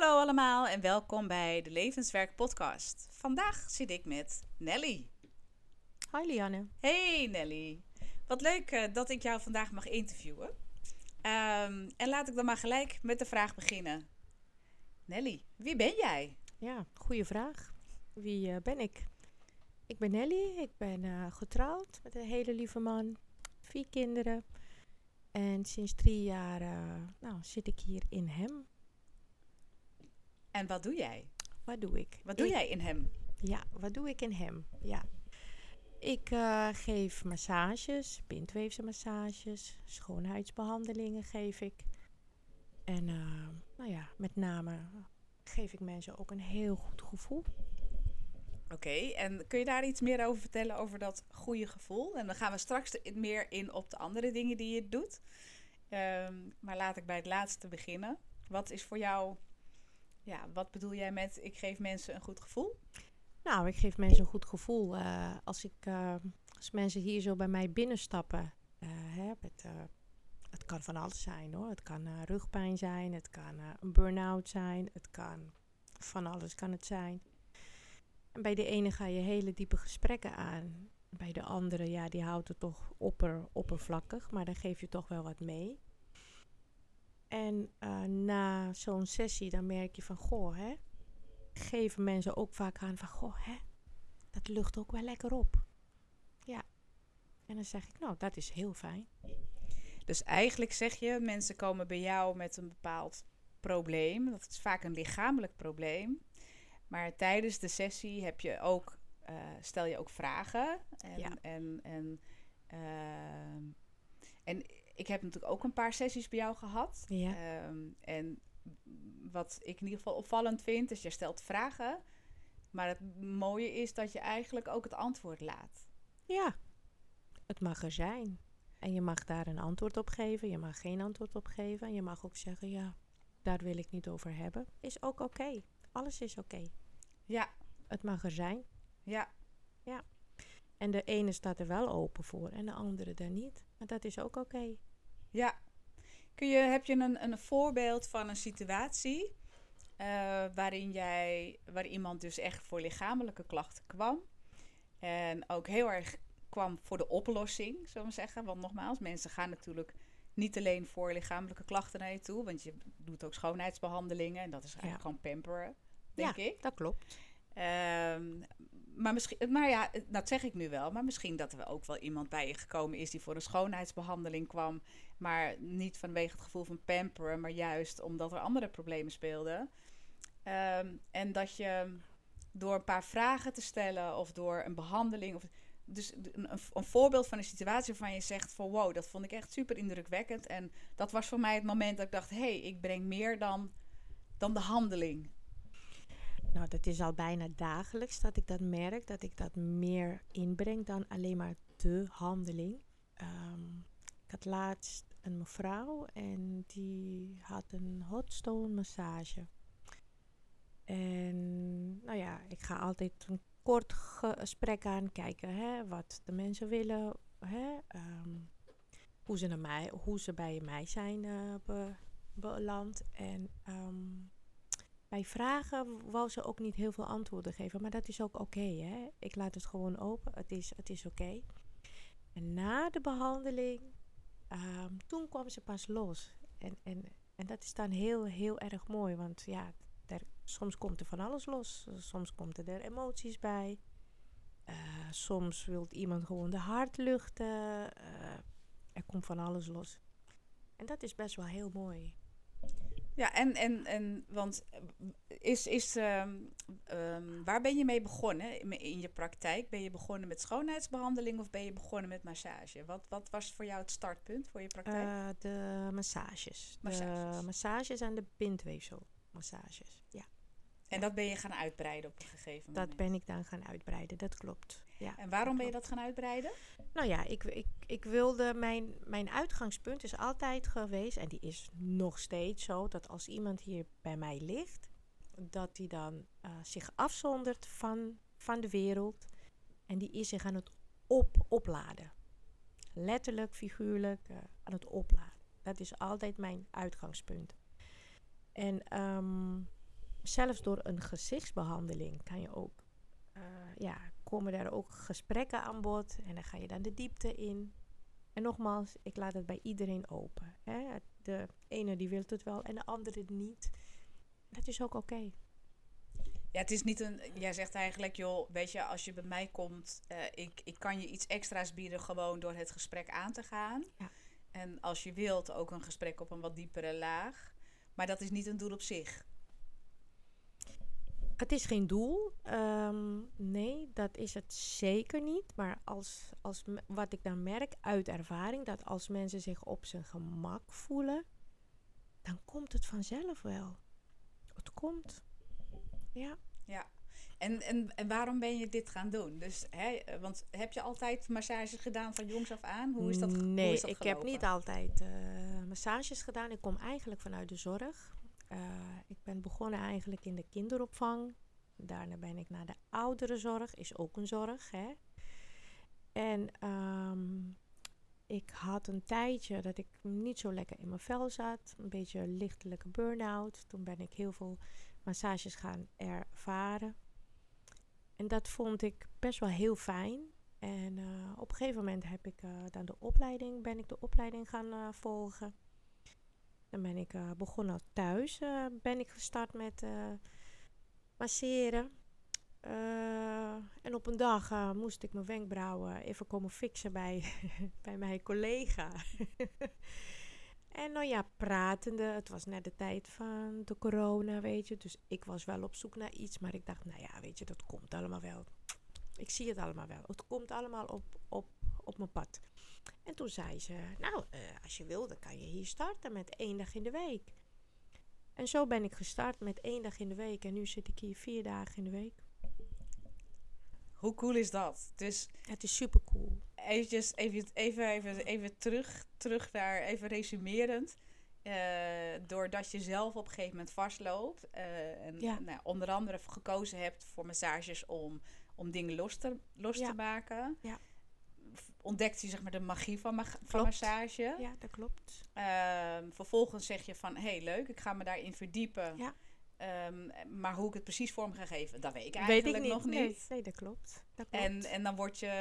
Hallo allemaal en welkom bij de Levenswerk podcast. Vandaag zit ik met Nelly. Hi Lianne. Hey Nelly, wat leuk dat ik jou vandaag mag interviewen. En laat ik dan maar gelijk met de vraag beginnen. Nelly, wie ben jij? Ja, goede vraag. Wie ben ik? Ik ben Nelly. Ik ben getrouwd met een hele lieve man. 4 kinderen. En sinds 3 jaar zit ik hier in Hem. En wat doe jij? Wat doe ik? Wat doe jij in hem? Ja, wat doe ik in Hem? Ja. Ik geef massages, bindweefselmassages, schoonheidsbehandelingen geef ik. En met name geef ik mensen ook een heel goed gevoel. Oké, en kun je daar iets meer over vertellen over dat goede gevoel? En dan gaan we straks meer in op de andere dingen die je doet. Maar laat ik bij het laatste beginnen. Wat is voor jou, wat bedoel jij met ik geef mensen een goed gevoel? Nou, ik geef mensen een goed gevoel. Als mensen hier zo bij mij binnenstappen. Het kan van alles zijn hoor. Het kan rugpijn zijn. Het kan een burn-out zijn. Het kan van alles kan het zijn. En bij de ene ga je hele diepe gesprekken aan. Bij de andere, die houdt het toch oppervlakkig. Maar dan geef je toch wel wat mee. En na zo'n sessie dan merk je van, geven mensen ook vaak aan van, dat lucht ook wel lekker op. Ja. En dan zeg ik, nou, dat is heel fijn. Dus eigenlijk zeg je, mensen komen bij jou met een bepaald probleem. Dat is vaak een lichamelijk probleem. Maar tijdens de sessie heb je ook, stel je ook vragen. En ik heb natuurlijk ook een paar sessies bij jou gehad. Ja. En wat ik in ieder geval opvallend vind, is je stelt vragen. Maar het mooie is dat je eigenlijk ook het antwoord laat. Ja, het mag er zijn. En je mag daar een antwoord op geven. Je mag geen antwoord op geven. En je mag ook zeggen, ja, daar wil ik niet over hebben. Is ook oké. Alles is oké. Ja. Het mag er zijn. Ja. Ja. En de ene staat er wel open voor en de andere daar niet. Maar dat is ook oké. Ja. Heb je een voorbeeld van een situatie waar iemand dus echt voor lichamelijke klachten kwam en ook heel erg kwam voor de oplossing, zullen we maar zeggen. Want nogmaals, mensen gaan natuurlijk niet alleen voor lichamelijke klachten naar je toe, want je doet ook schoonheidsbehandelingen en dat is eigenlijk gewoon pamperen, denk ik. Ja, dat klopt. Maar dat zeg ik nu wel. Maar misschien dat er ook wel iemand bij je gekomen is die voor een schoonheidsbehandeling kwam. Maar niet vanwege het gevoel van pamperen, maar juist omdat er andere problemen speelden. En dat je door een paar vragen te stellen of door een behandeling. Dus een voorbeeld van een situatie waarvan je zegt van wow, dat vond ik echt super indrukwekkend. En dat was voor mij het moment dat ik dacht, ik breng meer dan de handeling. Nou, dat is al bijna dagelijks dat ik dat merk. Dat ik dat meer inbreng dan alleen maar de handeling. Ik had laatst een mevrouw en die had een hot stone massage. En ik ga altijd een kort gesprek aan kijken wat de mensen willen. Hoe ze bij mij zijn beland. En bij vragen wou ze ook niet heel veel antwoorden geven. Maar dat is ook oké. Ik laat het gewoon open. Het is oké. En na de behandeling, toen kwam ze pas los. En dat is dan heel, heel erg mooi. Want soms komt er van alles los. Soms komt er emoties bij. Soms wil iemand gewoon de hart luchten. Er komt van alles los. En dat is best wel heel mooi. Ja, want waar ben je mee begonnen in je praktijk? Ben je begonnen met schoonheidsbehandeling of ben je begonnen met massage? Wat was voor jou het startpunt voor je praktijk? De massages. De massages en de bindweefselmassages, ja. En dat ben je gaan uitbreiden op een gegeven moment? Dat ben ik dan gaan uitbreiden, dat klopt. Ja, en waarom ben je dat gaan uitbreiden? Nou ja, ik wilde, mijn uitgangspunt is altijd geweest, en die is nog steeds zo, dat als iemand hier bij mij ligt, dat die dan zich afzondert van de wereld. En die is zich aan het opladen. Letterlijk, figuurlijk aan het opladen. Dat is altijd mijn uitgangspunt. En zelfs door een gezichtsbehandeling kan je ook, komen er ook gesprekken aan bod. En dan ga je dan de diepte in. En nogmaals, ik laat het bij iedereen open. Hè? De ene die wil het wel en de andere niet. Dat is ook oké. Ja, het is niet jij zegt eigenlijk, joh, weet je, als je bij mij komt, ik kan je iets extra's bieden gewoon door het gesprek aan te gaan. Ja. En als je wilt, ook een gesprek op een wat diepere laag. Maar dat is niet een doel op zich. Het is geen doel. Nee, dat is het zeker niet. Maar wat ik dan merk uit ervaring, dat als mensen zich op zijn gemak voelen, dan komt het vanzelf wel. Het komt. Ja. Ja. En waarom ben je dit gaan doen? Dus, want heb je altijd massages gedaan van jongs af aan? Hoe is dat Nee, hoe is dat ik gelopen? heb niet altijd massages gedaan. Ik kom eigenlijk vanuit de zorg. Ik ben begonnen eigenlijk in de kinderopvang. Daarna ben ik naar de ouderenzorg. Is ook een zorg, hè. En ik had een tijdje dat ik niet zo lekker in mijn vel zat. Een beetje een lichtelijke burn-out. Toen ben ik heel veel massages gaan ervaren. En dat vond ik best wel heel fijn. En op een gegeven moment ben ik de opleiding gaan volgen. Dan ben ik begonnen thuis. Ben ik gestart met masseren. En op een dag moest ik mijn wenkbrauwen even komen fixen bij mijn collega. En nou ja, pratende. Het was net de tijd van de corona, weet je. Dus ik was wel op zoek naar iets. Maar ik dacht, nou ja, weet je, dat komt allemaal wel. Ik zie het allemaal wel. Het komt allemaal op mijn pad. En toen zei ze, nou, als je wil, dan kan je hier starten met 1 dag in de week. En zo ben ik gestart met 1 dag in de week. En nu zit ik hier 4 dagen in de week. Hoe cool is dat? Dus Het is super cool. even terug naar, even resumerend. Doordat je zelf op een gegeven moment vastloopt. Onder andere gekozen hebt voor massages om dingen los te maken. Ja. Ontdekt je zeg maar de magie van massage. Ja, dat klopt. Vervolgens zeg je van, hey, leuk, ik ga me daarin verdiepen. Ja. Maar hoe ik het precies vorm ga geven, dat weet ik eigenlijk nog niet. Nee, dat klopt. En dan word je...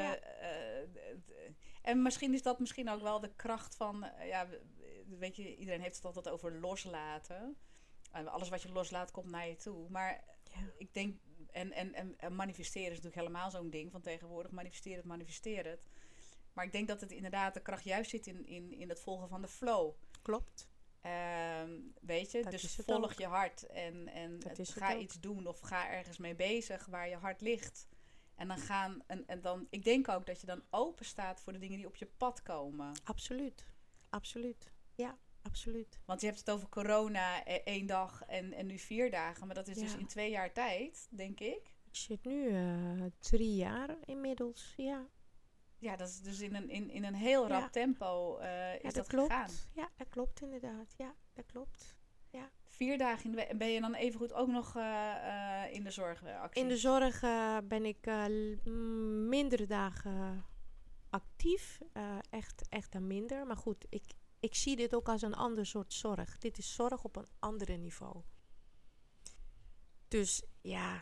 en misschien is dat misschien ook wel de kracht van... weet je, iedereen heeft het altijd over loslaten. Alles wat je loslaat komt naar je toe. Maar ik denk... En manifesteren is natuurlijk helemaal zo'n ding van tegenwoordig. Manifesteer het. Maar ik denk dat het inderdaad de kracht juist zit in het volgen van de flow. Klopt. Weet je, Dat dus volg je hart en ga ook. iets doen of ga ergens mee bezig waar je hart ligt. En dan ik denk ook dat je dan open staat voor de dingen die op je pad komen. Absoluut. Ja, absoluut. Want je hebt het over corona 1 dag en nu 4 dagen. Maar dat is dus in 2 jaar tijd, denk ik. Ik zit nu 3 jaar inmiddels, ja. Ja, dat is dus in een heel rap tempo is dat klopt. gegaan. Ja, dat klopt inderdaad. Ja, dat klopt. Ja. 4 dagen in de week. En ben je dan evengoed ook nog in de zorg actief? In de zorg ben ik mindere dagen actief. Echt dan minder. Maar goed, ik zie dit ook als een ander soort zorg. Dit is zorg op een andere niveau. Dus ja,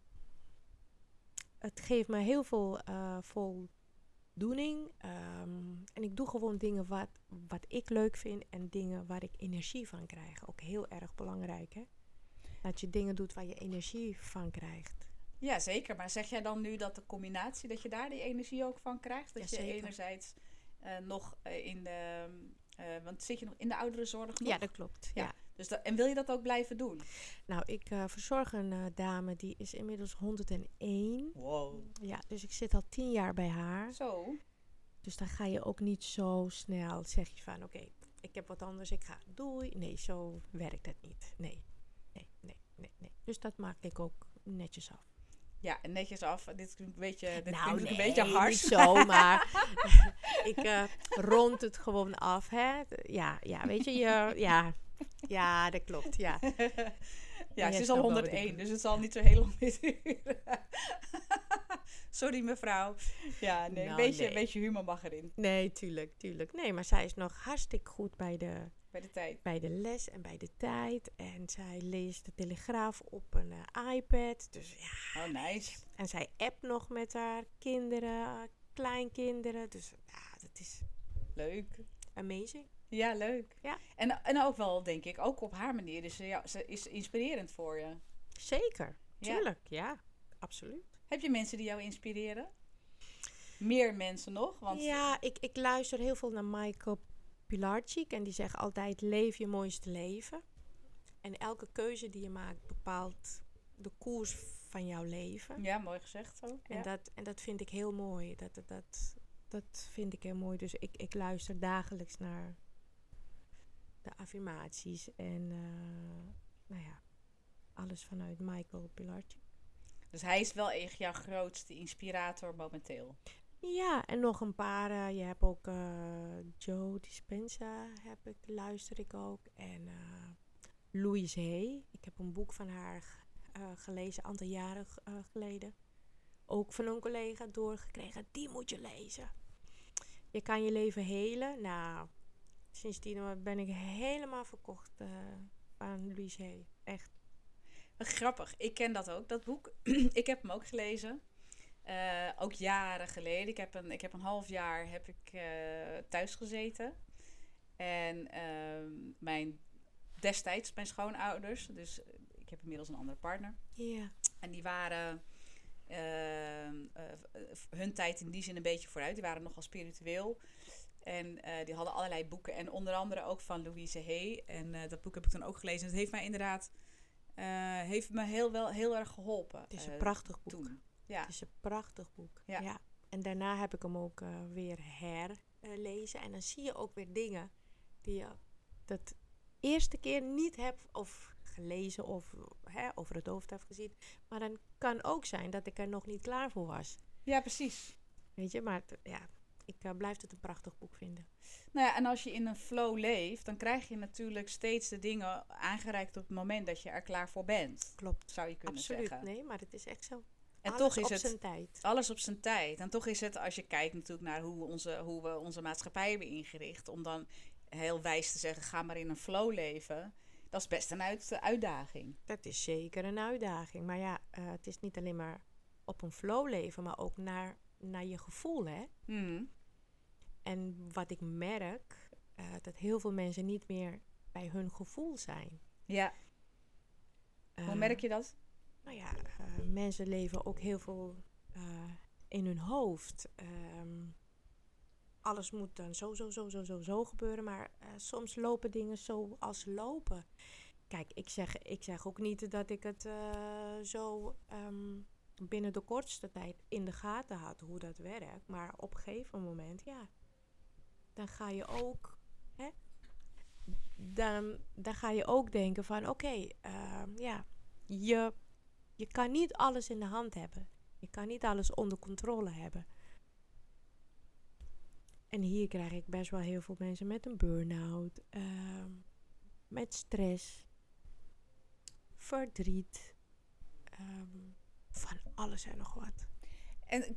het geeft me heel veel voldoening. En ik doe gewoon dingen wat ik leuk vind en dingen waar ik energie van krijg. Ook heel erg belangrijk, hè? Dat je dingen doet waar je energie van krijgt. Ja, zeker. Maar zeg jij dan nu dat de combinatie, dat je daar die energie ook van krijgt? Dat je enerzijds nog in de... want zit je nog in de ouderenzorg nog? Ja, dat klopt. Ja. Dus en wil je dat ook blijven doen? Nou, ik verzorg een dame die is inmiddels 101. Wow. Ja, dus ik zit al 10 jaar bij haar. Zo. Dus dan ga je ook niet zo snel, zeg je van oké, ik heb wat anders, ik ga, doei. Nee, zo werkt het niet. Nee. Dus dat maak ik ook netjes af. Ja, netjes af. Dit klinkt een beetje hard. Niet zo, maar ik rond het gewoon af, hè. Ja, weet je, ja, dat klopt, ja. Ja, ze is al 101, dus het zal niet zo heel lang meer duren. Sorry mevrouw. Ja, nee, een beetje humor mag erin. Nee, tuurlijk. Nee, maar zij is nog hartstikke goed bij Bij de tijd. Bij de les en bij de tijd. En zij leest de Telegraaf op een iPad. Dus ja. Oh, nice. En zij appt nog met haar kinderen, kleinkinderen. Dus ja, dat is Leuk. amazing. Ja, leuk. Ja. En ook wel, denk ik, ook op haar manier. Dus ze is inspirerend voor je. Zeker, Ja. tuurlijk, ja, absoluut. Heb je mensen die jou inspireren? Meer mensen nog? Want Ja, ik luister heel veel naar Michael Pilarczyk en die zegt altijd: leef je mooiste leven. En elke keuze die je maakt bepaalt de koers van jouw leven. ja, mooi gezegd ook. Ja. En dat vind ik heel mooi. Dat vind ik heel mooi. Dus ik luister dagelijks naar de affirmaties en nou ja, alles vanuit Michael Pilarczyk. Dus hij is wel echt jouw grootste inspirator momenteel. Ja, en nog een paar. Je hebt ook Joe Dispenza, luister ik ook. En Louise Hay. Ik heb een boek van haar gelezen, een aantal jaren geleden. Ook van een collega doorgekregen. Die moet je lezen. Je kan je leven helen. Nou, sindsdien ben ik helemaal verkocht aan Louise Hay. Echt. Wat grappig. Ik ken dat ook, dat boek. Ik heb hem ook gelezen. Ook jaren geleden. Ik heb een half jaar thuis gezeten. En destijds mijn schoonouders. Dus ik heb inmiddels een andere partner. Ja. En die waren hun tijd in die zin een beetje vooruit. Die waren nogal spiritueel. En die hadden allerlei boeken. En onder andere ook van Louise Hay. En dat boek heb ik toen ook gelezen. Het heeft mij inderdaad heeft me heel erg geholpen. Het is een prachtig boek. Toen. Ja. Het is een prachtig boek. Ja. Ja. En daarna heb ik hem ook weer herlezen. En dan zie je ook weer dingen die je dat eerste keer niet hebt of gelezen of over het hoofd hebt gezien. Maar dan kan ook zijn dat ik er nog niet klaar voor was. Ja, precies. Weet je, maar ik blijf het een prachtig boek vinden. Nou ja, en als je in een flow leeft, dan krijg je natuurlijk steeds de dingen aangereikt op het moment dat je er klaar voor bent. Klopt. Zou je kunnen Absoluut. zeggen. Nee, maar het is echt zo. En alles toch is op het zijn tijd. alles op zijn tijd. En toch is het, als je kijkt natuurlijk naar hoe we onze maatschappij hebben ingericht, om dan heel wijs te zeggen, ga maar in een flow leven. Dat is best een uitdaging. Dat is zeker een uitdaging. Maar ja, het is niet alleen maar op een flow leven, maar ook naar je gevoel, hè. Mhm. En wat ik merk, dat heel veel mensen niet meer bij hun gevoel zijn. Ja. Hoe merk je dat? Nou ja, mensen leven ook heel veel in hun hoofd. Alles moet dan zo gebeuren. Maar soms lopen dingen zoals ze lopen. Kijk, ik zeg ook niet dat ik het zo binnen de kortste tijd in de gaten had hoe dat werkt. Maar op een gegeven moment, ja, dan ga je ook, dan ga je ook denken van oké, ja, je kan niet alles in de hand hebben. Je kan niet alles onder controle hebben. En hier krijg ik best wel heel veel mensen met een burn-out, met stress, verdriet, van alles en nog wat. En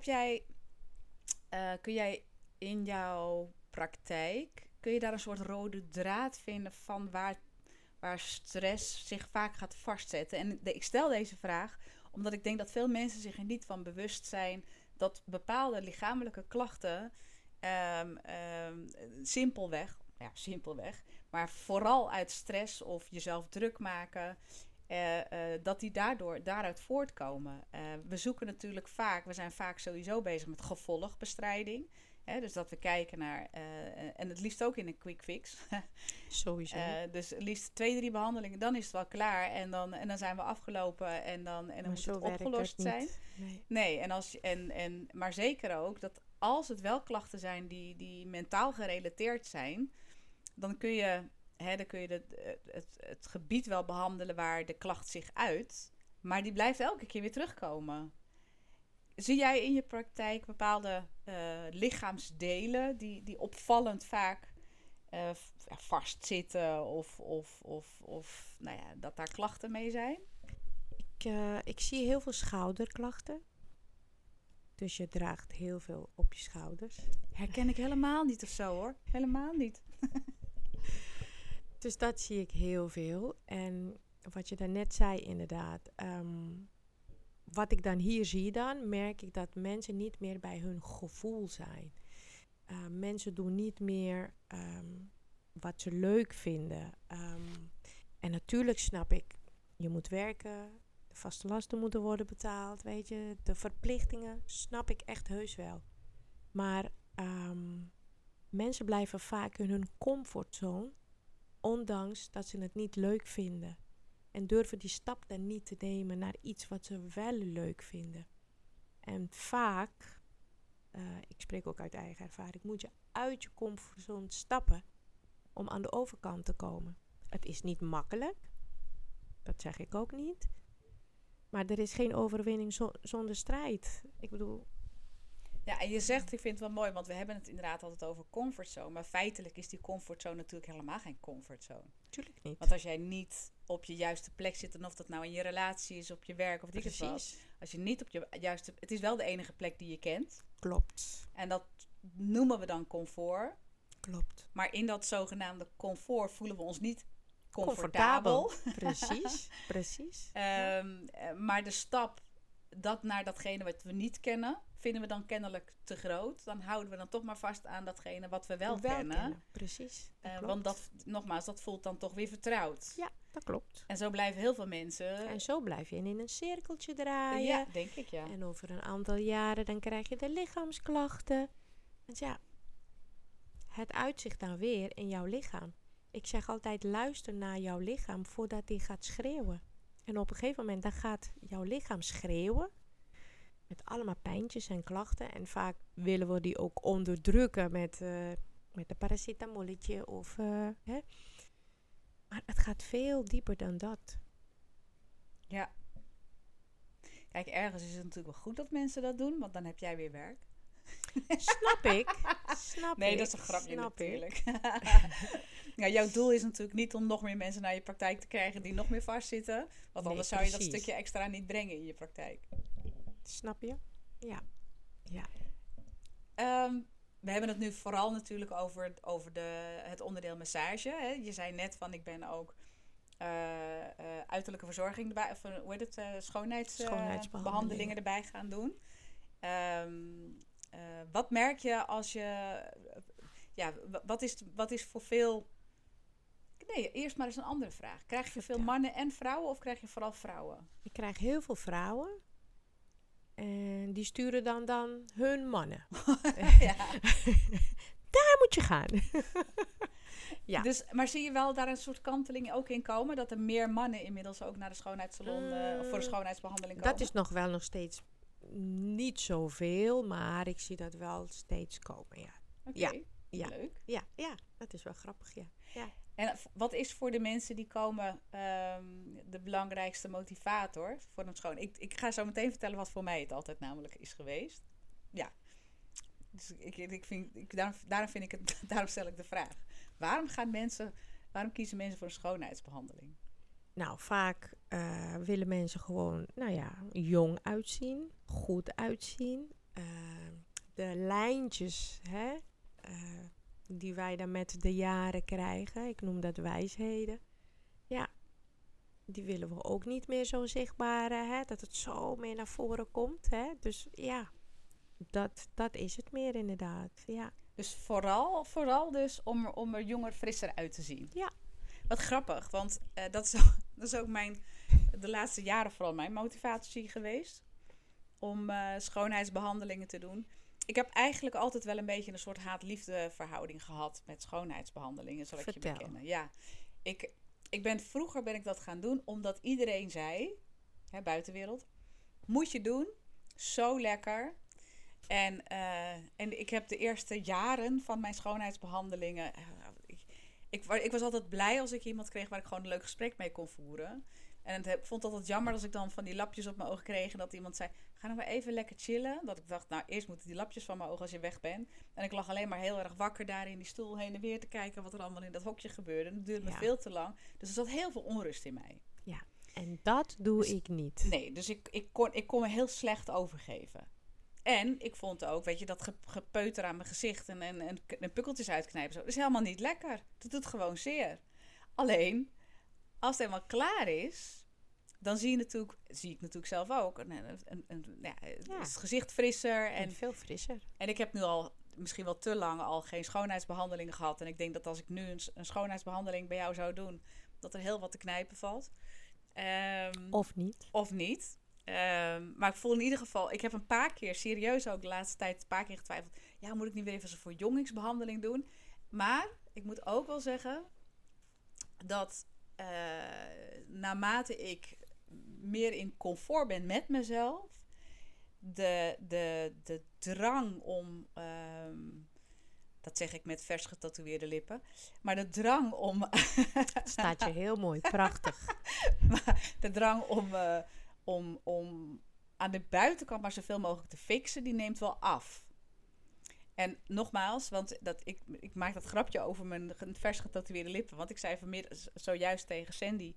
kun jij in jouw praktijk, kun je daar een soort rode draad vinden van waar stress zich vaak gaat vastzetten? En ik stel deze vraag omdat ik denk dat veel mensen zich er niet van bewust zijn dat bepaalde lichamelijke klachten simpelweg, maar vooral uit stress of jezelf druk maken, dat die daaruit voortkomen. We zijn vaak sowieso bezig met gevolgbestrijding. Dus dat we kijken naar, en het liefst ook in een quick fix. Sowieso. Dus het liefst 2-3 behandelingen, dan is het wel klaar. En dan zijn we afgelopen en dan moet het opgelost zijn. Nee, maar zeker ook dat als het wel klachten zijn die mentaal gerelateerd zijn, dan kun je het gebied wel behandelen waar de klacht zich uit. Maar die blijft elke keer weer terugkomen. Zie jij in je praktijk bepaalde lichaamsdelen die opvallend vaak vastzitten of nou ja, dat daar klachten mee zijn? Ik zie heel veel schouderklachten. Dus je draagt heel veel op je schouders. Herken ik helemaal niet of zo hoor. Helemaal niet. Dus dat zie ik heel veel. En wat je daarnet zei inderdaad. Wat ik dan hier zie dan, merk ik dat mensen niet meer bij hun gevoel zijn. Mensen doen niet meer wat ze leuk vinden. En natuurlijk snap ik, je moet werken, de vaste lasten moeten worden betaald, weet je, de verplichtingen, snap ik echt heus wel. Maar mensen blijven vaak in hun comfortzone, ondanks dat ze het niet leuk vinden. En durven die stap dan niet te nemen naar iets wat ze wel leuk vinden. En vaak, ik spreek ook uit eigen ervaring, moet je uit je comfortzone stappen om aan de overkant te komen. Het is niet makkelijk, dat zeg ik ook niet. Maar er is geen overwinning zonder strijd. Ik bedoel... Ja, en je zegt, ik vind het wel mooi, want we hebben het inderdaad altijd over comfortzone. Maar feitelijk is die comfortzone natuurlijk helemaal geen comfortzone. Tuurlijk niet. Want als jij niet op je juiste plek zit, en of dat nou in je relatie is, op je werk of dit wat. Als je niet op je juiste... Het is wel de enige plek die je kent. Klopt. En dat noemen we dan comfort. Klopt. Maar in dat zogenaamde comfort voelen we ons niet comfortabel. Precies. Maar de stap naar datgene wat we niet kennen, vinden we dan kennelijk te groot. Dan houden we dan toch maar vast aan datgene wat we wel kennen. Precies. Want dat voelt dan toch weer vertrouwd. Ja, dat klopt. En zo blijven heel veel mensen... En zo blijf je in een cirkeltje draaien. Ja, denk ik, ja. En over een aantal jaren dan krijg je de lichaamsklachten. Dus ja, het uitzicht dan weer in jouw lichaam. Ik zeg altijd, luister naar jouw lichaam voordat hij gaat schreeuwen. En op een gegeven moment dan gaat jouw lichaam schreeuwen. Met allemaal pijntjes en klachten. En vaak willen we die ook onderdrukken met een paracetamolletje. Hè. Maar het gaat veel dieper dan dat. Ja. Kijk, ergens is het natuurlijk wel goed dat mensen dat doen. Want dan heb jij weer werk. Snap ik. Nee, dat is een grapje natuurlijk. Ja, jouw doel is natuurlijk niet om nog meer mensen naar je praktijk te krijgen die nog meer vastzitten. Want anders zou je dat stukje extra niet brengen in je praktijk. Snap je? Ja. We hebben het nu vooral natuurlijk over het onderdeel massage. Hè. Je zei net van ik ben ook uiterlijke verzorging erbij, of hoe heet het, schoonheidsbehandelingen erbij gaan doen. Wat merk je als je... wat is voor veel... Nee, eerst maar eens een andere vraag. Krijg je veel mannen en vrouwen of krijg je vooral vrouwen? Ik krijg heel veel vrouwen. En die sturen dan hun mannen. Ja. Daar moet je gaan. Ja. Dus, maar zie je wel daar een soort kanteling ook in komen? Dat er meer mannen inmiddels ook naar de schoonheidssalon of voor de schoonheidsbehandeling komen? Dat is nog steeds niet zoveel, maar ik zie dat wel steeds komen, ja. Oké, leuk. Ja, dat is wel grappig, ja. En wat is voor de mensen die komen de belangrijkste motivator voor een schoon? Ik ga zo meteen vertellen wat voor mij het altijd namelijk is geweest. Ja. Dus daarom stel ik de vraag. Waarom kiezen mensen voor een schoonheidsbehandeling? Nou, vaak willen mensen gewoon, jong uitzien, goed uitzien. De lijntjes, die wij dan met de jaren krijgen, ik noem dat wijsheden. Ja, die willen we ook niet meer zo zichtbaar, dat het zo meer naar voren komt. Dus ja, dat is het meer inderdaad, ja. Dus vooral dus om er jonger, frisser uit te zien. Ja. Wat grappig, want dat is ook de laatste jaren vooral mijn motivatie geweest. Om schoonheidsbehandelingen te doen. Ik heb eigenlijk altijd wel een beetje een soort haat-liefde verhouding gehad met schoonheidsbehandelingen, zal ik je bekennen. Ja, vroeger ben ik dat gaan doen omdat iedereen zei, buitenwereld, moet je doen, zo lekker. En ik heb de eerste jaren van mijn schoonheidsbehandelingen... Ik was altijd blij als ik iemand kreeg waar ik gewoon een leuk gesprek mee kon voeren. En ik vond het altijd jammer als ik dan van die lapjes op mijn ogen kreeg en dat iemand zei, ga nou maar even lekker chillen. Dat ik dacht, nou eerst moeten die lapjes van mijn ogen als je weg bent. En ik lag alleen maar heel erg wakker daar in die stoel heen en weer te kijken wat er allemaal in dat hokje gebeurde. En dat duurde me veel te lang. Dus er zat heel veel onrust in mij. Ja, en dat doe ik niet. Nee, dus ik kon me heel slecht overgeven. En ik vond ook, weet je, dat gepeuter aan mijn gezicht en pukkeltjes uitknijpen. Zo, dat is helemaal niet lekker. Dat doet gewoon zeer. Alleen, als het helemaal klaar is, dan zie ik natuurlijk zelf ook, het gezicht frisser. En veel frisser. En ik heb nu al misschien wel te lang al geen schoonheidsbehandelingen gehad. En ik denk dat als ik nu een schoonheidsbehandeling bij jou zou doen, dat er heel wat te knijpen valt. Of niet. Of niet. Maar ik voel in ieder geval, ik heb een paar keer, serieus ook de laatste tijd, een paar keer getwijfeld. Ja, moet ik niet weer even zo'n verjongingsbehandeling doen? Maar ik moet ook wel zeggen dat naarmate ik meer in comfort ben met mezelf, de drang om, dat zeg ik met vers getatoeëerde lippen, maar de drang om... Het staat je heel mooi, prachtig. Maar de drang om aan de buitenkant maar zoveel mogelijk te fixen, die neemt wel af. En nogmaals, want ik maak dat grapje over mijn vers getatoeëerde lippen, want ik zei zojuist tegen Sandy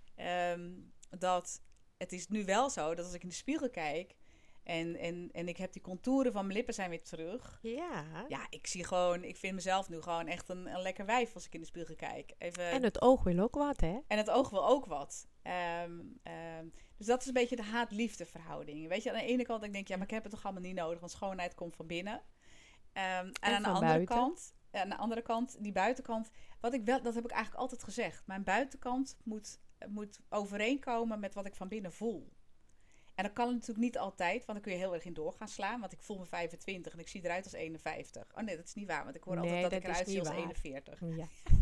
dat het is nu wel zo dat als ik in de spiegel kijk en ik heb die contouren van mijn lippen zijn weer terug. Ja. Ja, ik vind mezelf nu gewoon echt een lekker wijf als ik in de spiegel kijk. En het oog wil ook wat, hè? En het oog wil ook wat. Dus dat is een beetje de haat-liefde verhouding. Weet je, aan de ene kant denk ik, ja, maar ik heb het toch allemaal niet nodig, want schoonheid komt van binnen. En aan de andere kant, die buitenkant, dat heb ik eigenlijk altijd gezegd. Mijn buitenkant moet overeenkomen met wat ik van binnen voel. En dat kan natuurlijk niet altijd, want dan kun je heel erg in door gaan slaan. Want ik voel me 25 en ik zie eruit als 51. Oh nee, dat is niet waar, want ik hoor altijd dat ik eruit zie als 41. Ja.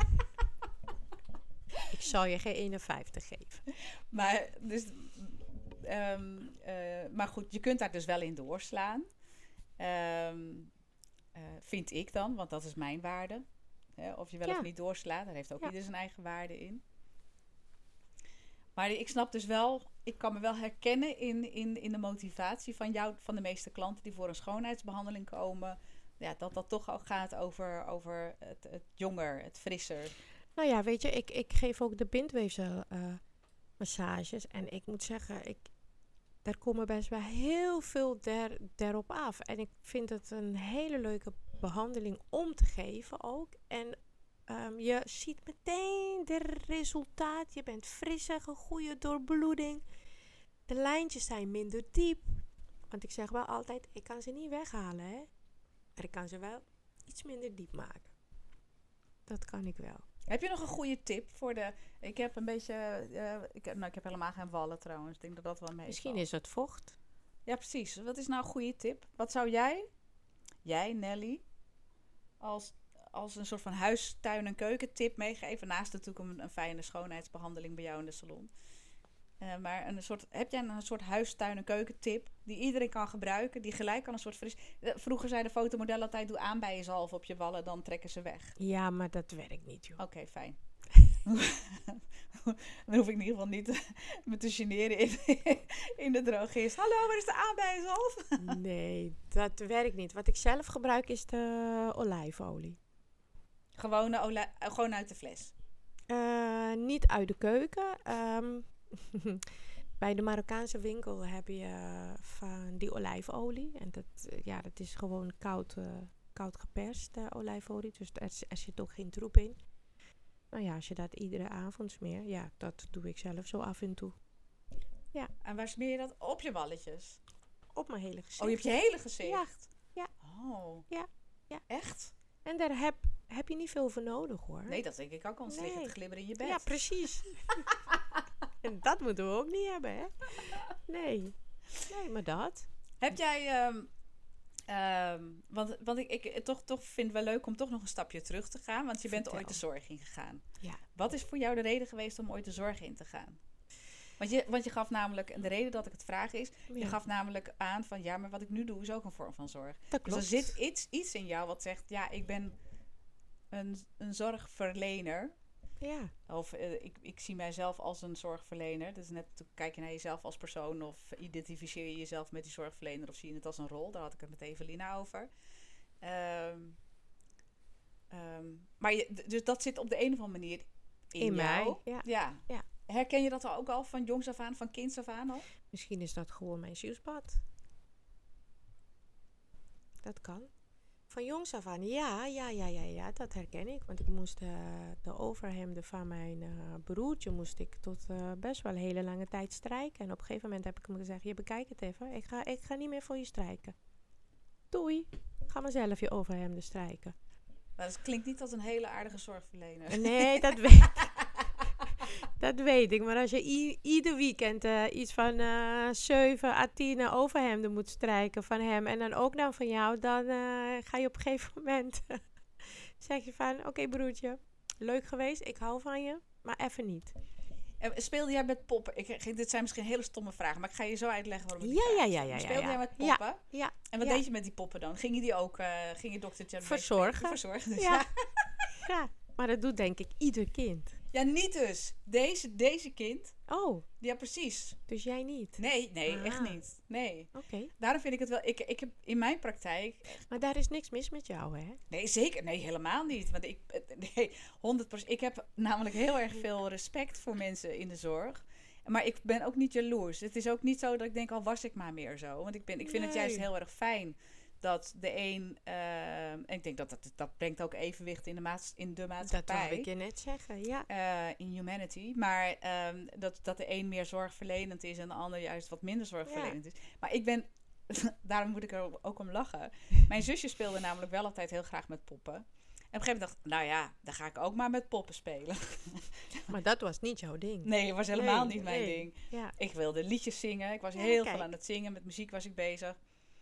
Ik zal je geen 51 geven. Maar goed, je kunt daar dus wel in doorslaan. Vind ik dan, want dat is mijn waarde. Of je wel of niet doorslaat, daar heeft ook ieder zijn eigen waarde in. Maar ik snap dus wel, ik kan me wel herkennen in de motivatie van jou, van de meeste klanten die voor een schoonheidsbehandeling komen. Ja, dat toch ook gaat over het jonger, het frisser. Nou ja, weet je, ik geef ook de bindweefsel massages. En ik moet zeggen, daar komen best wel heel veel daarop af. En ik vind het een hele leuke behandeling om te geven ook. En je ziet meteen de resultaat. Je bent frisser, een goede doorbloeding. De lijntjes zijn minder diep. Want ik zeg wel altijd, ik kan ze niet weghalen, hè. Maar ik kan ze wel iets minder diep maken. Dat kan ik wel. Heb je nog een goede tip voor de... Ik heb een beetje... ik heb helemaal geen wallen trouwens. Ik denk dat dat wel meevalt. Misschien is het vocht. Ja, precies. Wat is nou een goede tip? Wat zou jij, Nelly, als een soort van huis, tuin en keukentip meegeven? Naast natuurlijk een fijne schoonheidsbehandeling bij jou in de salon. Maar heb jij een soort huis, tuin en keukentip die iedereen kan gebruiken? Die gelijk aan een soort fris... Vroeger zei de fotomodel altijd, doe aanbijerzalf op je wallen, dan trekken ze weg. Ja, maar dat werkt niet, joh. Oké, fijn. Dan hoef ik in ieder geval niet me te generen in de drogist. Hallo, waar is de aanbijerzalf? Nee, dat werkt niet. Wat ik zelf gebruik is de olijfolie. Gewoon uit de fles? Niet uit de keuken. Bij de Marokkaanse winkel heb je van die olijfolie. En dat is gewoon koud geperst olijfolie. Dus er zit ook geen troep in. Nou ja, als je dat iedere avond smeert, ja, dat doe ik zelf zo af en toe. Ja. En waar smeer je dat? Op je walletjes? Op mijn hele gezicht. Oh, je hebt je hele gezicht? Ja. Oh. Ja. Echt? En daar heb je niet veel voor nodig, hoor. Nee, dat denk ik ook, anders ligt het glibberen in je bed. Ja, precies. En dat moeten we ook niet hebben, hè? Nee, maar dat. Heb jij... want ik toch vind het wel leuk om toch nog een stapje terug te gaan. Want je bent ooit de zorg ingegaan. Ja. Wat is voor jou de reden geweest om ooit de zorg in te gaan? Want je gaf namelijk, en de reden dat ik het vraag is... Je gaf namelijk aan van, ja, maar wat ik nu doe is ook een vorm van zorg. Dat klopt. Dus er zit iets in jou wat zegt, ja, ik ben een zorgverlener. Ja. Of ik zie mijzelf als een zorgverlener. Dus net kijk je naar jezelf als persoon of identificeer je jezelf met die zorgverlener of zie je het als een rol. Daar had ik het met Evelina over. Dus dat zit op de een of andere manier in jou. Mij, ja. Herken je dat ook al van jongs af aan, van kinds af aan al? Misschien is dat gewoon mijn zielsbad. Dat kan. Van jongs af aan, ja, dat herken ik. Want ik moest de overhemden van mijn broertje moest ik tot best wel een hele lange tijd strijken. En op een gegeven moment heb ik hem gezegd, je bekijk het even, ik ga niet meer voor je strijken. Doei, ga maar zelf je overhemden strijken. Maar dat klinkt niet als een hele aardige zorgverlener. Nee, dat weet ik. Dat weet ik. Maar als je ieder weekend iets van 7 à 10 overhemden moet strijken van hem. En dan ook dan van jou. Dan ga je op een gegeven moment zeg je van, oké, broertje, leuk geweest. Ik hou van je. Maar even niet. Speelde jij met poppen? Dit zijn misschien hele stomme vragen. Maar ik ga je zo uitleggen waarom ik die Ja. Speelde jij met poppen? Ja. En wat deed je met die poppen dan? Ging je die ook, ging je dokter Jan Verzorgen. Verzorgen, dus Ja. Ja. Maar dat doet denk ik ieder kind. Ja, niet dus. Deze kind. Oh, Ja, precies. dus jij niet? Nee, echt niet. Nee. Oké. Daarom vind ik het wel... Ik heb in mijn praktijk... Maar daar is niks mis met jou, hè? Nee, zeker. Nee, helemaal niet. Want nee, 100%. Ik heb namelijk heel erg veel respect voor mensen in de zorg. Maar ik ben ook niet jaloers. Het is ook niet zo dat ik denk, al was ik maar meer zo. Want ik vind het juist heel erg fijn dat de een... en ik denk dat brengt ook evenwicht in de maatschappij. Dat wou ik je net zeggen, ja. In humanity. Maar dat de een meer zorgverlenend is en de ander juist wat minder zorgverlenend is. Maar ik ben... daarom moet ik er ook om lachen. Mijn zusje speelde namelijk wel altijd heel graag met poppen. En op een gegeven moment dacht ik, nou ja, dan ga ik ook maar met poppen spelen. Maar dat was niet jouw ding. Nee, het was helemaal niet mijn ding. Ja. Ik wilde liedjes zingen. Ik was heel veel aan het zingen. Met muziek was ik bezig.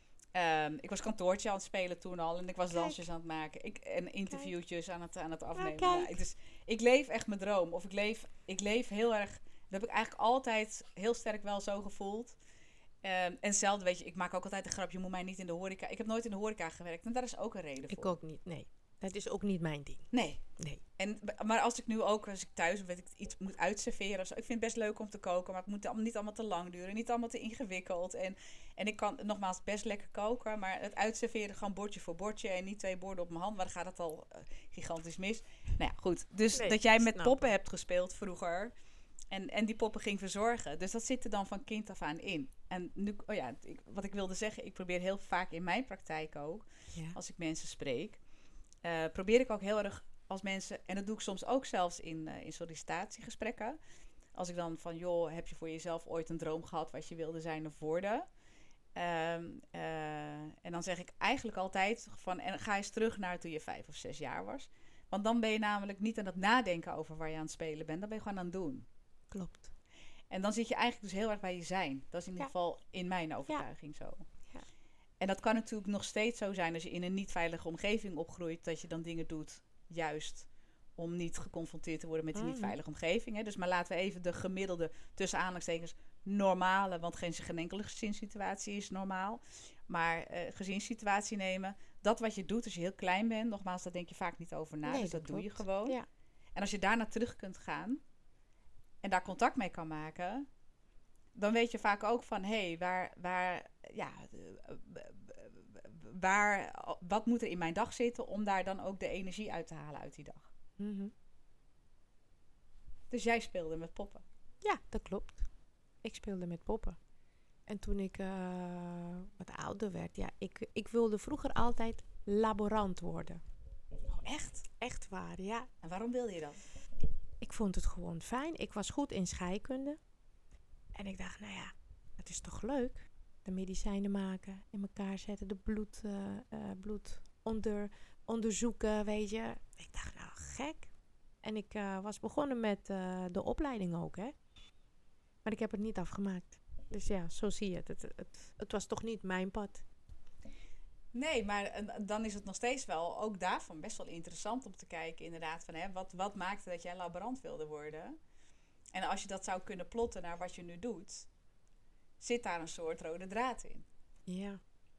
Ik was kantoortje aan het spelen toen al. En ik was dansjes aan het maken. En interviewtjes aan het afnemen. Nou, dus ik leef echt mijn droom. Of ik leef heel erg... Dat heb ik eigenlijk altijd heel sterk wel zo gevoeld. En hetzelfde, weet je, ik maak ook altijd een grap. Je moet mij niet in de horeca... Ik heb nooit in de horeca gewerkt. En daar is ook een reden voor. Ik ook niet, nee. Dat is ook niet mijn ding. Nee. Nee. Maar als ik thuis weet ik, iets moet uitserveren of zo. Ik vind het best leuk om te koken, maar het moet niet allemaal te lang duren. Niet allemaal te ingewikkeld. En ik kan nogmaals best lekker koken, maar het uitserveren gewoon bordje voor bordje en niet 2 borden op mijn hand. Maar dan gaat het al gigantisch mis. Nou ja, goed. Dus dat jij met poppen hebt gespeeld vroeger en die poppen ging verzorgen. Dus dat zit er dan van kind af aan in. En nu, wat ik wilde zeggen, ik probeer heel vaak in mijn praktijk ook, als ik mensen spreek, probeer ik ook heel erg als mensen, en dat doe ik soms ook zelfs in sollicitatiegesprekken. Als ik dan van, joh, heb je voor jezelf ooit een droom gehad wat je wilde zijn of worden? En dan zeg ik eigenlijk altijd van, en ga eens terug naar toen je 5 of 6 jaar was. Want dan ben je namelijk niet aan het nadenken over waar je aan het spelen bent. Dan ben je gewoon aan het doen. Klopt. En dan zit je eigenlijk dus heel erg bij je zijn. Dat is in ieder geval in mijn overtuiging zo. Ja. En dat kan natuurlijk nog steeds zo zijn als je in een niet veilige omgeving opgroeit, dat je dan dingen doet juist om niet geconfronteerd te worden met die niet veilige omgeving. Hè. Dus maar laten we even de gemiddelde, tussen aanhalingstekens, normale, want geen enkele gezinssituatie is normaal, maar gezinssituatie nemen. Dat wat je doet als je heel klein bent, nogmaals, daar denk je vaak niet over na, dus dat doe je gewoon. Ja. En als je daarna terug kunt gaan en daar contact mee kan maken, dan weet je vaak ook van, wat moet er in mijn dag zitten om daar dan ook de energie uit te halen uit die dag. Mm-hmm. Dus jij speelde met poppen? Ja, dat klopt. Ik speelde met poppen. En toen ik wat ouder werd, ik wilde vroeger altijd laborant worden. Oh, echt? Echt waar, ja. En waarom wilde je dat? Ik vond het gewoon fijn. Ik was goed in scheikunde. En ik dacht, nou ja, het is toch leuk. De medicijnen maken, in elkaar zetten, de bloed onderzoeken, weet je. Ik dacht, nou, gek. En ik was begonnen met de opleiding ook, hè. Maar ik heb het niet afgemaakt. Dus ja, zo zie je het. Het was toch niet mijn pad. Nee, maar dan is het nog steeds wel, ook daarvan best wel interessant om te kijken inderdaad van, wat maakte dat jij laborant wilde worden? En als je dat zou kunnen plotten naar wat je nu doet, zit daar een soort rode draad in. Ja.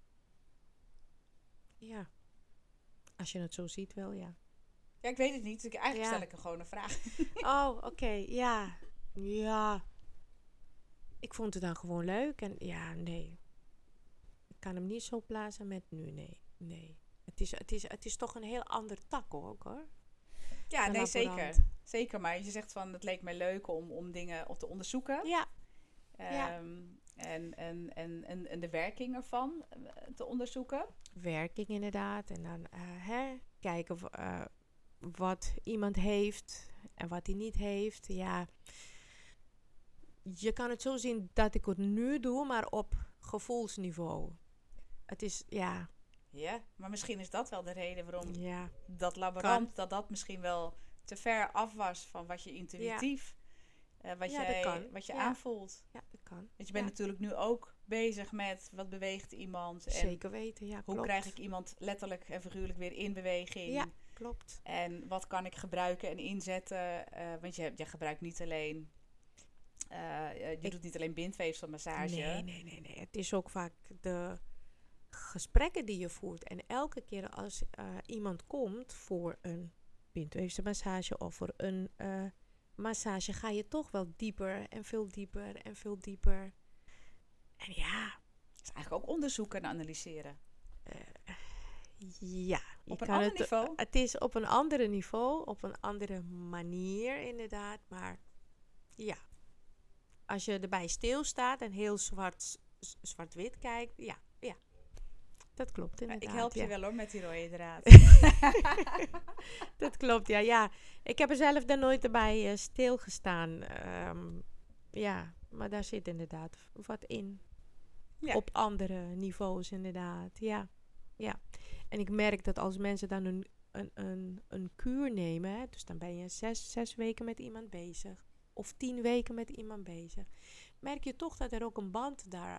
Ja. Als je het zo ziet wel, ja. Ja, ik weet het niet. Eigenlijk stel ik er gewoon een vraag. Oh, oké. Ja. Ja. Ik vond het dan gewoon leuk. En ja, nee. Ik kan hem niet zo plaatsen met nu, nee. Het is toch een heel ander tak ook, hoor. Ja, nee, zeker. Zeker, maar je zegt van, het leek mij leuk om dingen te onderzoeken. Ja. en de werking ervan te onderzoeken. Werking inderdaad. En dan kijken wat iemand heeft en wat hij niet heeft. Ja, je kan het zo zien dat ik het nu doe, maar op gevoelsniveau. Het is, ja, Ja, maar misschien is dat wel de reden waarom ja, dat laborant, dat misschien wel te ver af was van wat je intuïtief, dat kan. wat je Ja. aanvoelt. Ja, dat kan. Want je bent natuurlijk nu ook bezig met wat beweegt iemand. En Zeker weten, ja, hoe klopt. krijg ik iemand letterlijk en figuurlijk weer in beweging. Ja, klopt. En wat kan ik gebruiken en inzetten. Want je gebruikt niet alleen, je doet niet alleen bindweefselmassage. Nee. Het is ook vaak de gesprekken die je voert. En elke keer als iemand komt voor een bindweefselmassage of voor een massage, ga je toch wel dieper en veel dieper en veel dieper. En ja, Het is eigenlijk ook onderzoeken en analyseren. ja. Op een ander niveau? Het is op een andere niveau, op een andere manier inderdaad. Maar ja, als je erbij stilstaat en heel zwart-wit kijkt, ja. Dat klopt inderdaad. Ik help je wel hoor met die rode draad. Dat klopt, ja. Ik heb er zelf daar nooit bij stilgestaan. Ja, maar daar zit inderdaad wat in. Ja. Op andere niveaus inderdaad, ja. En ik merk dat als mensen dan een kuur nemen, hè, dus dan ben je 6 weken met iemand bezig. Of 10 weken met iemand bezig. Merk je toch dat er ook een band daar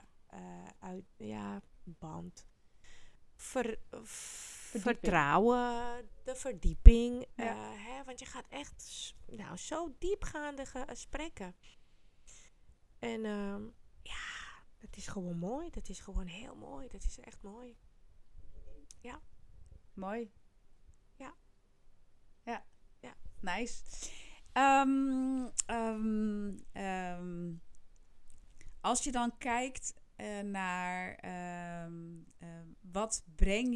band. Vertrouwen, de verdieping. Ja. Want je gaat echt zo diepgaande gesprekken. En dat is gewoon mooi. Dat is gewoon heel mooi. Dat is echt mooi. Ja. Mooi. Ja. Nice. Als je dan kijkt naar wat breng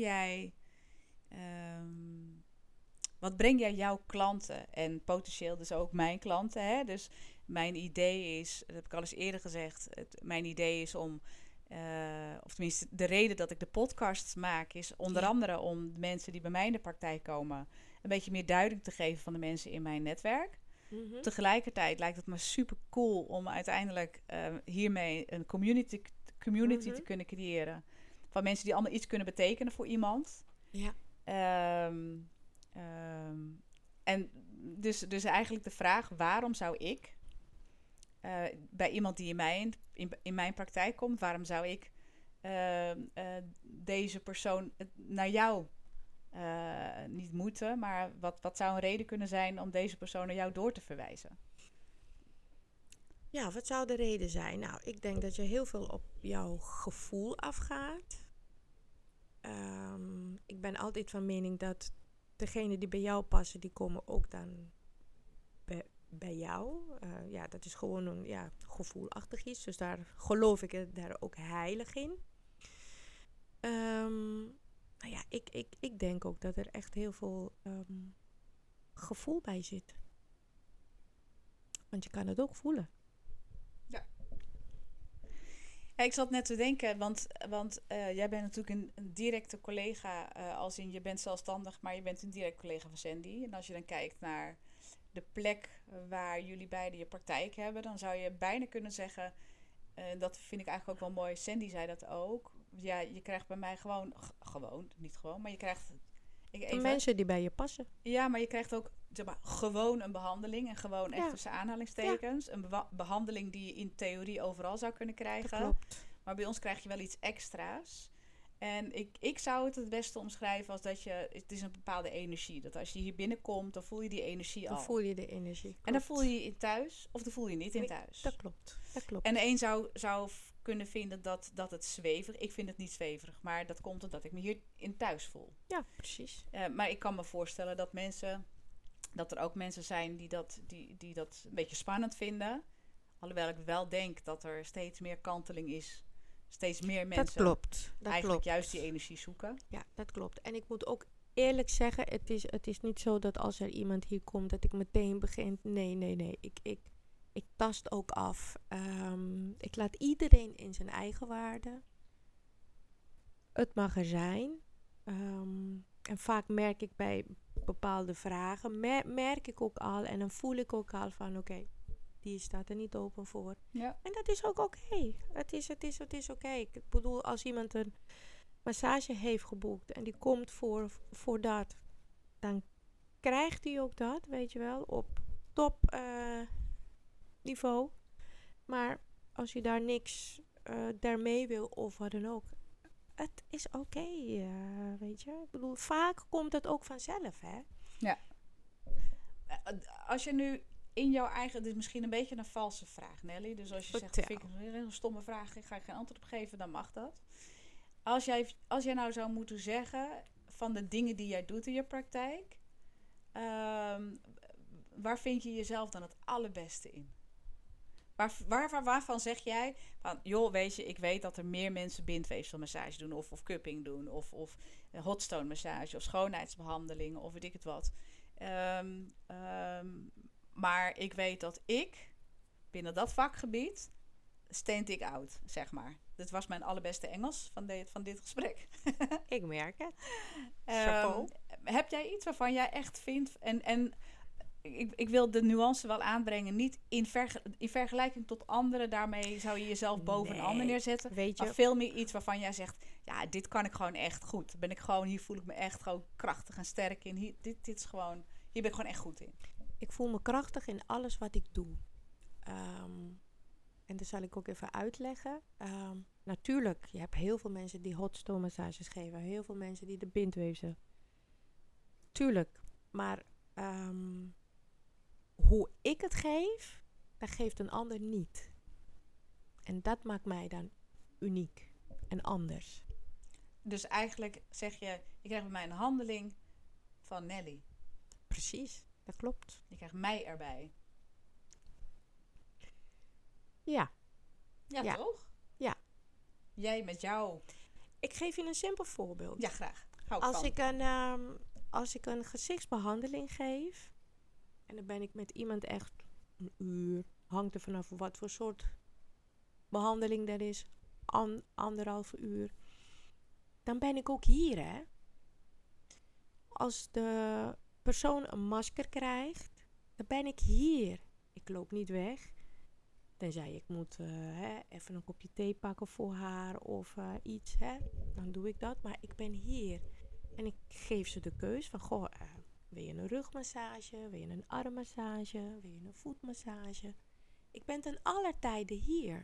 jij jouw klanten en potentieel dus ook mijn klanten. Hè? Dus mijn idee is, dat heb ik al eens eerder gezegd, mijn idee is om, of tenminste de reden dat ik de podcast maak is onder andere om de mensen die bij mij in de praktijk komen een beetje meer duiding te geven van de mensen in mijn netwerk. Mm-hmm. Tegelijkertijd lijkt het me super cool om uiteindelijk hiermee een community te kunnen creëren. Van mensen die allemaal iets kunnen betekenen voor iemand. Ja. En dus eigenlijk de vraag, waarom zou ik bij iemand die in mijn praktijk komt, waarom zou ik deze persoon naar jou niet moeten, maar wat zou een reden kunnen zijn om deze persoon naar jou door te verwijzen? Ja, wat zou de reden zijn? Nou, ik denk dat je heel veel op jouw gevoel afgaat. Ik ben altijd van mening dat degenen die bij jou passen, die komen ook dan bij jou. Dat is gewoon een gevoelachtig iets. Dus daar geloof ik daar ook heilig in. Ik denk ook dat er echt heel veel gevoel bij zit. Want je kan het ook voelen. Ja, ik zat net te denken, want jij bent natuurlijk een directe collega, als in je bent zelfstandig, maar je bent een direct collega van Sandy. En als je dan kijkt naar de plek waar jullie beiden je praktijk hebben, dan zou je bijna kunnen zeggen, dat vind ik eigenlijk ook wel mooi, Sandy zei dat ook. Ja, je krijgt bij mij maar je krijgt... Mensen die bij je passen. Ja, maar je krijgt ook gewoon een behandeling. En gewoon echt tussen aanhalingstekens. Ja. Een behandeling die je in theorie overal zou kunnen krijgen. Dat klopt. Maar bij ons krijg je wel iets extra's. En ik zou het beste omschrijven als dat het is een bepaalde energie. Dat als je hier binnenkomt, dan voel je die energie al. Dan voel je de energie. Klopt. En dan voel je je in thuis of dan voel je niet in thuis. Dat klopt. En de een zou kunnen vinden dat het zweverig. Ik vind het niet zweverig, maar dat komt omdat ik me hier in thuis voel. Ja, precies. Maar ik kan me voorstellen dat er ook mensen zijn die dat een beetje spannend vinden. Alhoewel ik wel denk dat er steeds meer kanteling is. Steeds meer mensen dat klopt. Juist die energie zoeken. Ja, dat klopt. En ik moet ook eerlijk zeggen, het is niet zo dat als er iemand hier komt dat ik meteen begin. Nee. Ik Ik tast ook af. Ik laat iedereen in zijn eigen waarde. Het mag er zijn. En vaak merk ik bij bepaalde vragen, merk ik ook al en dan voel ik ook al van oké, die staat er niet open voor. Ja. En dat is ook oké. Het is oké. Ik bedoel, als iemand een massage heeft geboekt en die komt voor dat, dan krijgt hij ook dat, weet je wel, op top niveau. Maar als je daar niks daarmee wil of wat dan ook, het is oké, weet je. Ik bedoel, vaak komt het ook vanzelf, hè. Ja. Als je nu in jouw eigen... Dit is misschien een beetje een valse vraag, Nelly. Dus als je zegt, dat vind ik een stomme vraag, ik ga je geen antwoord op geven, dan mag dat. Als jij nou zou moeten zeggen, van de dingen die jij doet in je praktijk, waar vind je jezelf dan het allerbeste in? Waarvan zeg jij van, joh, weet je, ik weet dat er meer mensen bindweefselmassage doen of cupping doen of hotstone massage of schoonheidsbehandelingen of weet ik het wat. Maar ik weet dat ik binnen dat vakgebied stand ik out, zeg maar. Dit was mijn allerbeste Engels van dit gesprek. Ik merk het. Chapeau. Heb jij iets waarvan jij echt vindt en ik wil de nuance wel aanbrengen. Niet in vergelijking tot anderen. Daarmee zou je jezelf boven een ander neerzetten. Weet je, maar veel meer iets waarvan jij zegt, ja, dit kan ik gewoon echt goed. Ben ik gewoon, hier voel ik me echt gewoon krachtig en sterk in. Dit is gewoon, hier ben ik gewoon echt goed in. Ik voel me krachtig in alles wat ik doe. En dat zal ik ook even uitleggen. Natuurlijk, je hebt heel veel mensen die hotstone massages geven. Heel veel mensen die de bindweefsel. Tuurlijk. Maar hoe ik het geef, dat geeft een ander niet. En dat maakt mij dan uniek en anders. Dus eigenlijk zeg je, je krijgt bij mij een handeling van Nelly. Precies, dat klopt. Je krijgt mij erbij. Ja. Ja, toch? Ja. Jij met jou. Ik geef je een simpel voorbeeld. Ja, graag. Hou ik Als ik een gezichtsbehandeling geef, en dan ben ik met iemand echt een uur, hangt er vanaf wat voor soort behandeling dat is, 1,5 uur, dan ben ik ook hier, hè. Als de persoon een masker krijgt, dan ben ik hier. Ik loop niet weg. Tenzij ik moet even een kopje thee pakken voor haar of iets, hè. Dan doe ik dat. Maar ik ben hier. En ik geef ze de keus van, goh, wil je een rugmassage? Wil je een armmassage? Wil je een voetmassage? Ik ben ten aller tijde hier.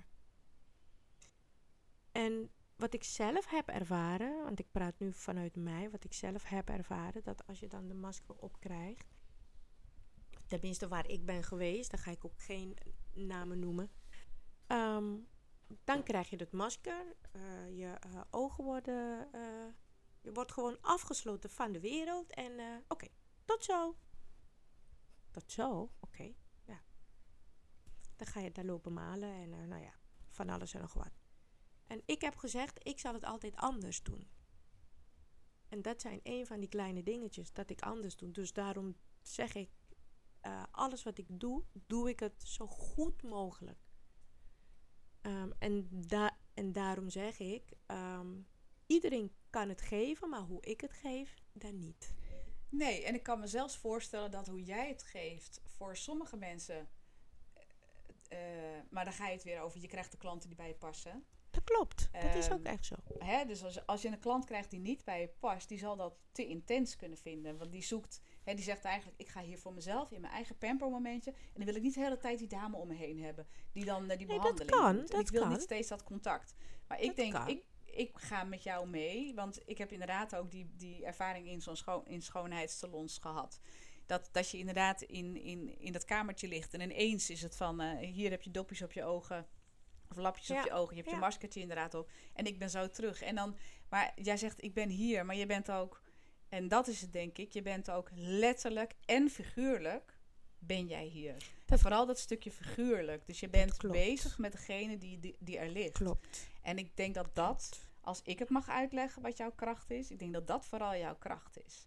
En wat ik zelf heb ervaren, want ik praat nu vanuit mij, wat ik zelf heb ervaren, dat als je dan de masker opkrijgt, tenminste waar ik ben geweest, dan ga ik ook geen namen noemen, dan krijg je het masker, je ogen worden, je wordt gewoon afgesloten van de wereld en oké, tot zo. Tot zo? Oké, ja. Dan ga je daar lopen malen en nou ja, van alles en nog wat. En ik heb gezegd, ik zal het altijd anders doen. En dat zijn een van die kleine dingetjes dat ik anders doe. Dus daarom zeg ik, alles wat ik doe, doe ik het zo goed mogelijk. En daarom zeg ik, iedereen kan het geven, maar hoe ik het geef, dan niet. Nee, en ik kan me zelfs voorstellen dat hoe jij het geeft voor sommige mensen, maar dan ga je het weer over, je krijgt de klanten die bij je passen. Dat klopt, dat is ook echt zo. Dus als je een klant krijgt die niet bij je past, die zal dat te intens kunnen vinden. Want die zoekt, die zegt eigenlijk, ik ga hier voor mezelf in mijn eigen pampermomentje. En dan wil ik niet de hele tijd die dame om me heen hebben. Die dan die behandeling doet. En ik wil niet steeds dat contact. Maar ik denk, ik ga met jou mee. Want ik heb inderdaad ook die ervaring in schoonheidssalons gehad. Dat je inderdaad in dat kamertje ligt. En ineens is het van, hier heb je dopjes op je ogen. Of lapjes op je ogen. Je hebt je maskertje inderdaad op. En ik ben zo terug. En dan, maar jij zegt, ik ben hier. Maar je bent ook, en dat is het denk ik. Je bent ook letterlijk en figuurlijk ben jij hier. En vooral dat stukje figuurlijk. Dus je bent bezig met degene die er ligt. Klopt. En ik denk dat, als ik het mag uitleggen wat jouw kracht is. Ik denk dat dat vooral jouw kracht is.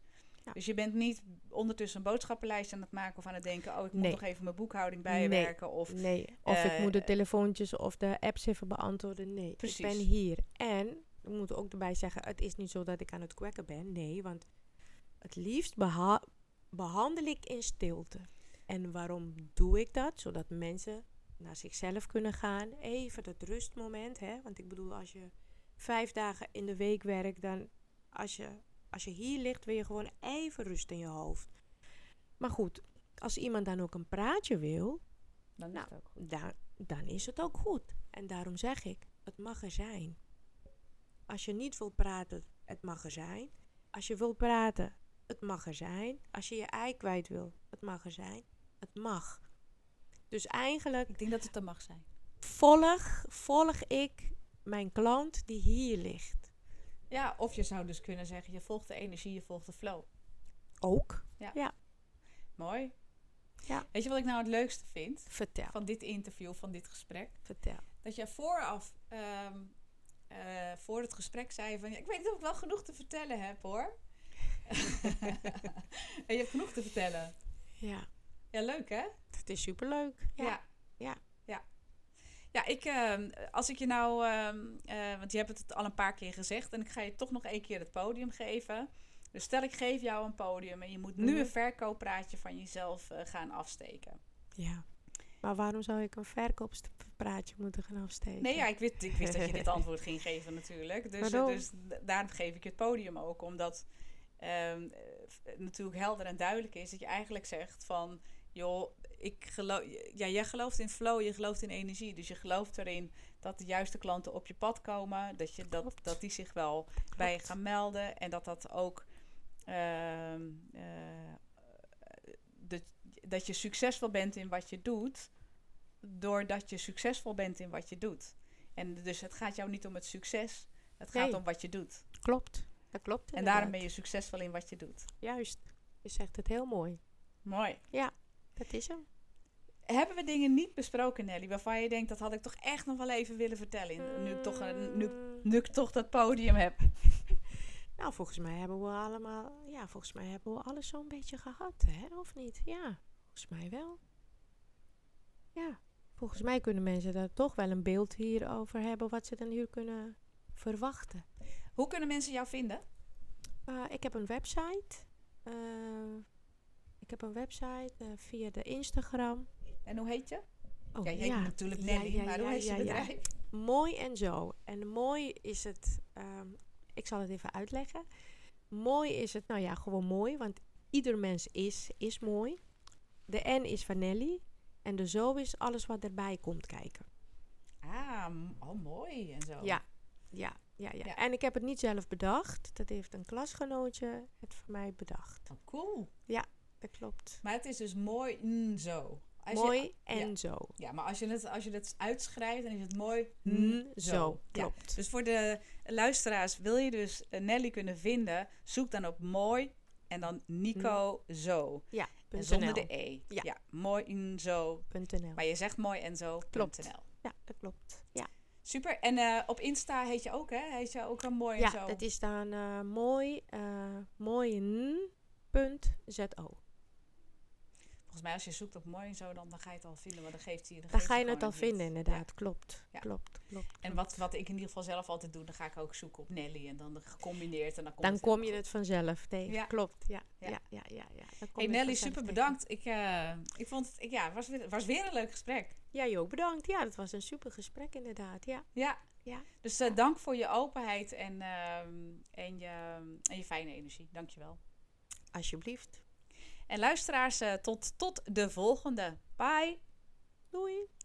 Ja. Dus je bent niet ondertussen een boodschappenlijst aan het maken of aan het denken, ik moet Nee. nog even mijn boekhouding bijwerken. Of Of ik moet de telefoontjes of de apps even beantwoorden. Nee, Precies. ik ben hier. En we moeten ook erbij zeggen, het is niet zo dat ik aan het kwekken ben. Nee, want het liefst behandel ik in stilte. En waarom doe ik dat? Zodat mensen naar zichzelf kunnen gaan. Even dat rustmoment. Hè? Want ik bedoel, als je 5 dagen in de week werkt, dan als je hier ligt, wil je gewoon even rust in je hoofd. Maar goed, als iemand dan ook een praatje wil, dan is het ook goed. dan is het ook goed. En daarom zeg ik, het mag er zijn. Als je niet wil praten, het mag er zijn. Als je wil praten, het mag er zijn. Als je je ei kwijt wil, het mag er zijn. Het mag. Dus eigenlijk Ik denk dat het er mag zijn. volg ik mijn klant die hier ligt. Ja, of je zou dus kunnen zeggen, je volgt de energie, je volgt de flow. Ook. Mooi. Ja. Weet je wat ik nou het leukste vind Vertel. van dit interview, van dit gesprek? Vertel. Dat jij vooraf, voor het gesprek zei van, ik weet niet of ik wel genoeg te vertellen heb, hoor. En je hebt genoeg te vertellen. Ja. Ja, leuk, hè? Het is superleuk. Ja. Ja, als ik je nou, want je hebt het al een paar keer gezegd en ik ga je toch nog 1 keer het podium geven. Dus stel ik geef jou een podium en je moet nu een verkooppraatje van jezelf gaan afsteken. Ja. Maar waarom zou ik een verkooppraatje moeten gaan afsteken? Nee, ja, ik wist dat je dit antwoord ging geven natuurlijk. Dus daarom geef ik je het podium ook. Omdat natuurlijk helder en duidelijk is dat je eigenlijk zegt van, joh, jij gelooft in flow, je gelooft in energie. Dus je gelooft erin dat de juiste klanten op je pad komen. Dat die zich wel bij je gaan melden. En dat ook dat je succesvol bent in wat je doet, doordat je succesvol bent in wat je doet. En dus het gaat jou niet om het succes, het gaat om wat je doet. Klopt, dat klopt. En daarom ben je succesvol in wat je doet. Juist, je zegt het heel mooi. Mooi. Ja, dat is hem. Hebben we dingen niet besproken, Nelly, waarvan je denkt, dat had ik toch echt nog wel even willen vertellen, nu ik toch dat podium heb? Nou, volgens mij hebben we alles zo'n beetje gehad, hè? Of niet? Ja, volgens mij wel. Ja, volgens mij kunnen mensen daar toch wel een beeld hierover hebben, wat ze dan hier kunnen verwachten. Hoe kunnen mensen jou vinden? Ik heb een website. Via de Instagram. En hoe heet je? Oh, ja, jij heet natuurlijk Nelly, maar hoe heet je bedrijf? Mooi en zo. En mooi is het, ik zal het even uitleggen. Mooi is het, nou ja, gewoon mooi, want ieder mens is mooi. De N is van Nelly en de zo is alles wat erbij komt kijken. Mooi en zo. Ja. En ik heb het niet zelf bedacht. Dat heeft een klasgenootje het voor mij bedacht. Oh, cool. Ja, dat klopt. Maar het is dus mooi zo. Zo. Ja, maar als je het uitschrijft, dan is het mooi zo. Klopt. Ja. Dus voor de luisteraars, wil je dus Nelly kunnen vinden, zoek dan op mooi en dan Nico zo. Ja, en zonder de E. Ja, mooienzo.nl. Maar je zegt mooi en zo.nl. Ja, dat klopt. Ja. Super. En op Insta heet je ook, hè? Heet je ook een mooi en zo? Ja, dat is dan mooien.zo. Volgens mij als je zoekt op mooi en zo, dan ga je het al vinden. Maar dan geeft hij. Dan ga je het al vinden, inderdaad. Ja. Klopt. En wat ik in ieder geval zelf altijd doe, dan ga ik ook zoeken op Nelly. En dan gecombineerd. En dan kom je het vanzelf tegen. Ja. Klopt. Ja. Hey Nelly, super bedankt. Ik vond het, was weer een leuk gesprek. Jij ook bedankt. Ja, dat was een super gesprek inderdaad. Ja. Dus dank voor je openheid en je fijne energie. Dankjewel. Alsjeblieft. En luisteraars, tot de volgende. Bye. Doei.